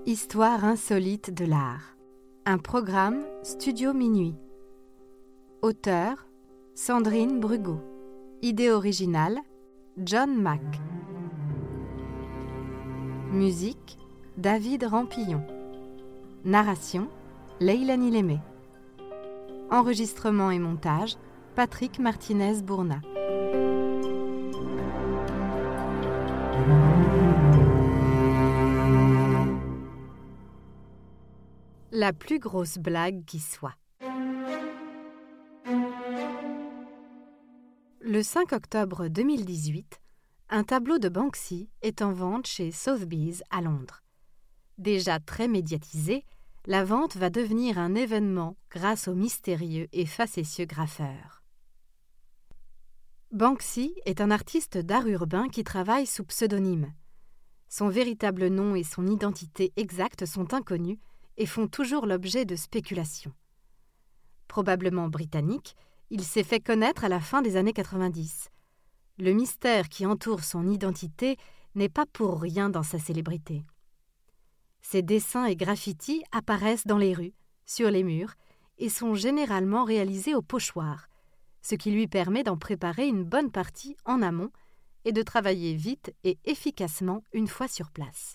Histoire insolite de l'art. Un programme Studio Minuit. Auteur Sandrine Brugo. Idée originale John Mack. Musique David Rampillon. Narration Leilani Lémé. Enregistrement et montage Patrick Martinez-Bourna. La plus grosse blague qui soit. Le 5 octobre 2018, un tableau de Banksy est en vente chez Sotheby's à Londres. Déjà très médiatisée, la vente va devenir un événement grâce au mystérieux et facétieux graffeur. Banksy est un artiste d'art urbain qui travaille sous pseudonyme. Son véritable nom et son identité exacte sont inconnus et font toujours l'objet de spéculations. Probablement britannique, il s'est fait connaître à la fin des années 90. Le mystère qui entoure son identité n'est pas pour rien dans sa célébrité. Ses dessins et graffitis apparaissent dans les rues, sur les murs, et sont généralement réalisés au pochoir, ce qui lui permet d'en préparer une bonne partie en amont et de travailler vite et efficacement une fois sur place.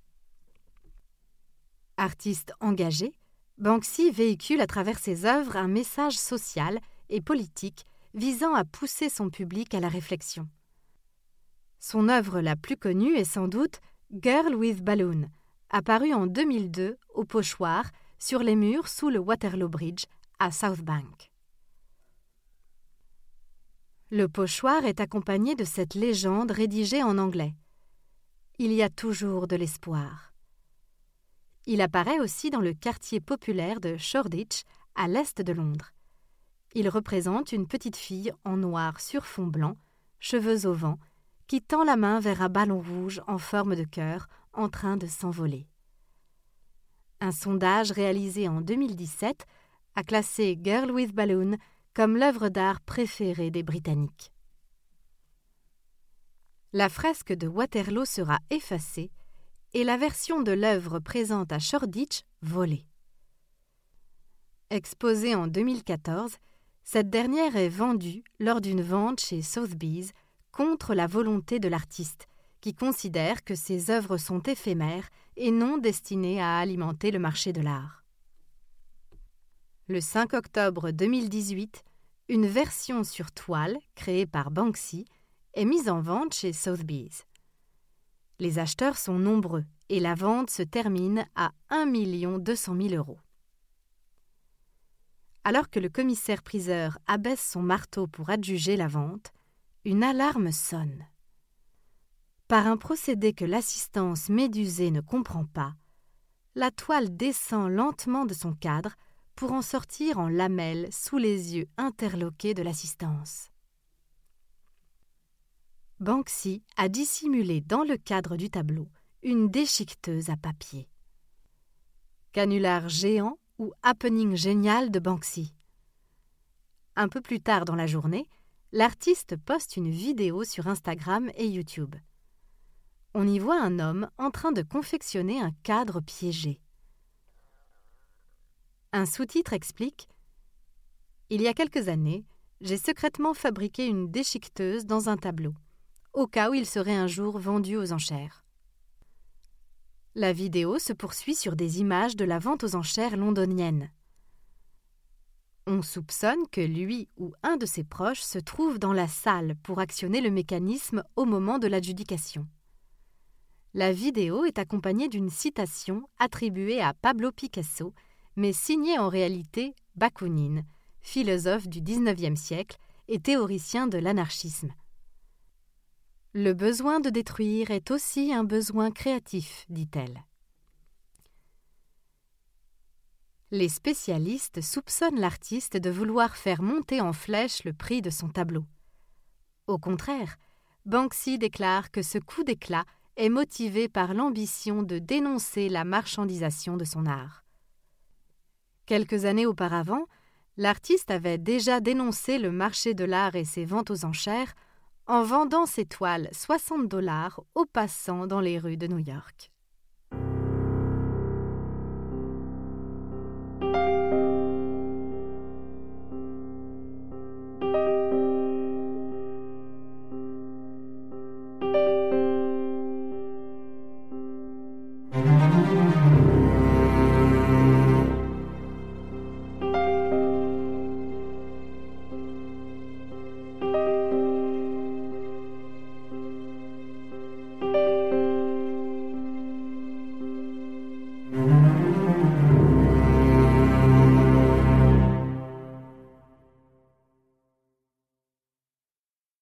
Artiste engagé, Banksy véhicule à travers ses œuvres un message social et politique visant à pousser son public à la réflexion. Son œuvre la plus connue est sans doute « Girl with Balloon », apparue en 2002 au pochoir sur les murs sous le Waterloo Bridge à South Bank. Le pochoir est accompagné de cette légende rédigée en anglais. Il y a toujours de l'espoir. Il apparaît aussi dans le quartier populaire de Shoreditch, à l'est de Londres. Il représente une petite fille en noir sur fond blanc, cheveux au vent, qui tend la main vers un ballon rouge en forme de cœur en train de s'envoler. Un sondage réalisé en 2017 a classé Girl with Balloon comme l'œuvre d'art préférée des Britanniques. La fresque de Waterloo sera effacée et la version de l'œuvre présente à Shoreditch volée. Exposée en 2014, cette dernière est vendue lors d'une vente chez Sotheby's contre la volonté de l'artiste, qui considère que ses œuvres sont éphémères et non destinées à alimenter le marché de l'art. Le 5 octobre 2018, une version sur toile, créée par Banksy, est mise en vente chez Sotheby's. Les acheteurs sont nombreux et la vente se termine à 1 200 000 €. Alors que le commissaire-priseur abaisse son marteau pour adjuger la vente, une alarme sonne. Par un procédé que l'assistance médusée ne comprend pas, la toile descend lentement de son cadre pour en sortir en lamelles sous les yeux interloqués de l'assistance. Banksy a dissimulé dans le cadre du tableau une déchiqueteuse à papier. Canular géant ou happening génial de Banksy. Un peu plus tard dans la journée, l'artiste poste une vidéo sur Instagram et YouTube. On y voit un homme en train de confectionner un cadre piégé. Un sous-titre explique « Il y a quelques années, j'ai secrètement fabriqué une déchiqueteuse dans un tableau, au cas où il serait un jour vendu aux enchères. » La vidéo se poursuit sur des images de la vente aux enchères londonienne. On soupçonne que lui ou un de ses proches se trouve dans la salle pour actionner le mécanisme au moment de l'adjudication. La vidéo est accompagnée d'une citation attribuée à Pablo Picasso, mais signée en réalité Bakounine, philosophe du XIXe siècle et théoricien de l'anarchisme. Le besoin de détruire est aussi un besoin créatif, dit-elle. Les spécialistes soupçonnent l'artiste de vouloir faire monter en flèche le prix de son tableau. Au contraire, Banksy déclare que ce coup d'éclat est motivé par l'ambition de dénoncer la marchandisation de son art. Quelques années auparavant, l'artiste avait déjà dénoncé le marché de l'art et ses ventes aux enchères en vendant ses toiles $60 aux passants dans les rues de New York.